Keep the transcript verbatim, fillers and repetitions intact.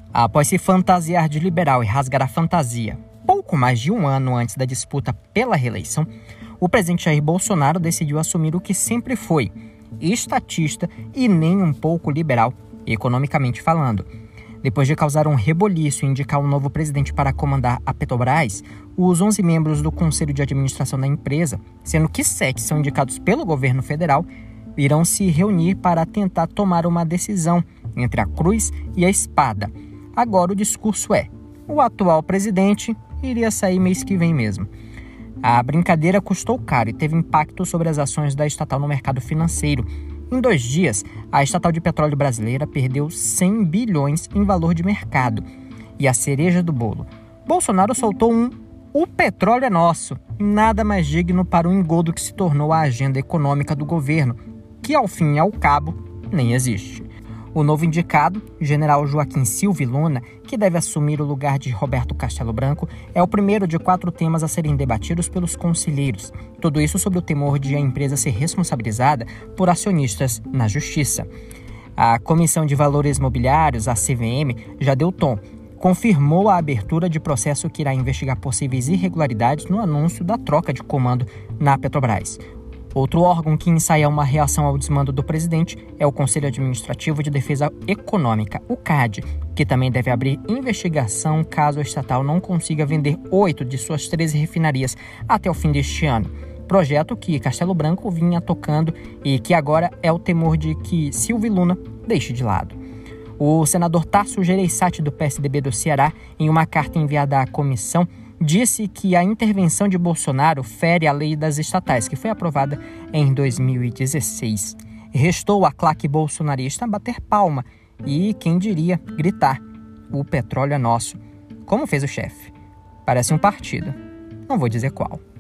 Após se fantasiar de liberal e rasgar a fantasia pouco mais de um ano antes da disputa pela reeleição, o presidente Jair Bolsonaro decidiu assumir o que sempre foi, estatista e nem um pouco liberal, economicamente falando. Depois de causar um reboliço e indicar um novo presidente para comandar a Petrobras, os onze membros do Conselho de Administração da empresa, sendo que sete são indicados pelo governo federal, irão se reunir para tentar tomar uma decisão entre a cruz e a espada. Agora o discurso é: o atual presidente iria sair mês que vem mesmo. A brincadeira custou caro e teve impacto sobre as ações da estatal no mercado financeiro. Em dois dias, a estatal de petróleo brasileira perdeu cem bilhões em valor de mercado. E a cereja do bolo: Bolsonaro soltou um "o petróleo é nosso", nada mais digno para o engodo que se tornou a agenda econômica do governo, que ao fim e ao cabo nem existe. O novo indicado, general Joaquim Silva Luna, que deve assumir o lugar de Roberto Castelo Branco, é o primeiro de quatro temas a serem debatidos pelos conselheiros. Tudo isso sob o temor de a empresa ser responsabilizada por acionistas na Justiça. A Comissão de Valores Mobiliários, a C V M, já deu tom. Confirmou a abertura de processo que irá investigar possíveis irregularidades no anúncio da troca de comando na Petrobras. Outro órgão que ensaia uma reação ao desmando do presidente é o Conselho Administrativo de Defesa Econômica, o C A D, que também deve abrir investigação caso a estatal não consiga vender oito de suas treze refinarias até o fim deste ano. Projeto que Castelo Branco vinha tocando e que agora é o temor de que Silva Luna deixe de lado. O senador Tasso Gereissati, do P S D B do Ceará, em uma carta enviada à comissão, disse que a intervenção de Bolsonaro fere a lei das estatais, que foi aprovada em dois mil e dezesseis. Restou a claque bolsonarista bater palma e, quem diria, gritar: "O petróleo é nosso", como fez o chefe. Parece um partido, não vou dizer qual.